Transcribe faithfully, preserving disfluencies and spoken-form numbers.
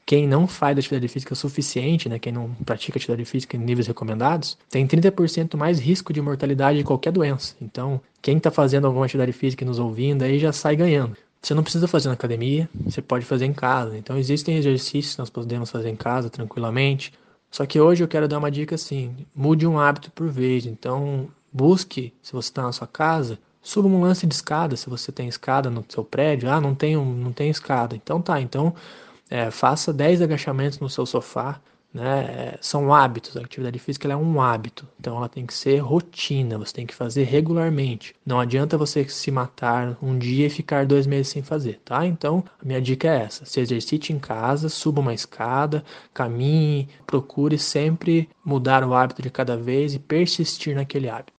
quem não faz atividade física o suficiente, né, quem não pratica atividade física em níveis recomendados, tem trinta por cento mais risco de mortalidade de qualquer doença. Então, quem está fazendo alguma atividade física e nos ouvindo aí já sai ganhando. Você não precisa fazer na academia, você pode fazer em casa. Então, existem exercícios que nós podemos fazer em casa tranquilamente. Só que hoje eu quero dar uma dica assim: mude um hábito por vez. Então, busque, se você está na sua casa, suba um lance de escada, se você tem escada no seu prédio. Ah, não tenho, não tenho escada. Então tá, então é, faça dez agachamentos no seu sofá, né? É, são hábitos, a atividade física ela é um hábito, então ela tem que ser rotina, você tem que fazer regularmente. Não adianta você se matar um dia e ficar dois meses sem fazer, tá? Então, a minha dica é essa: se exercite em casa, suba uma escada, caminhe, procure sempre mudar o hábito de cada vez e persistir naquele hábito.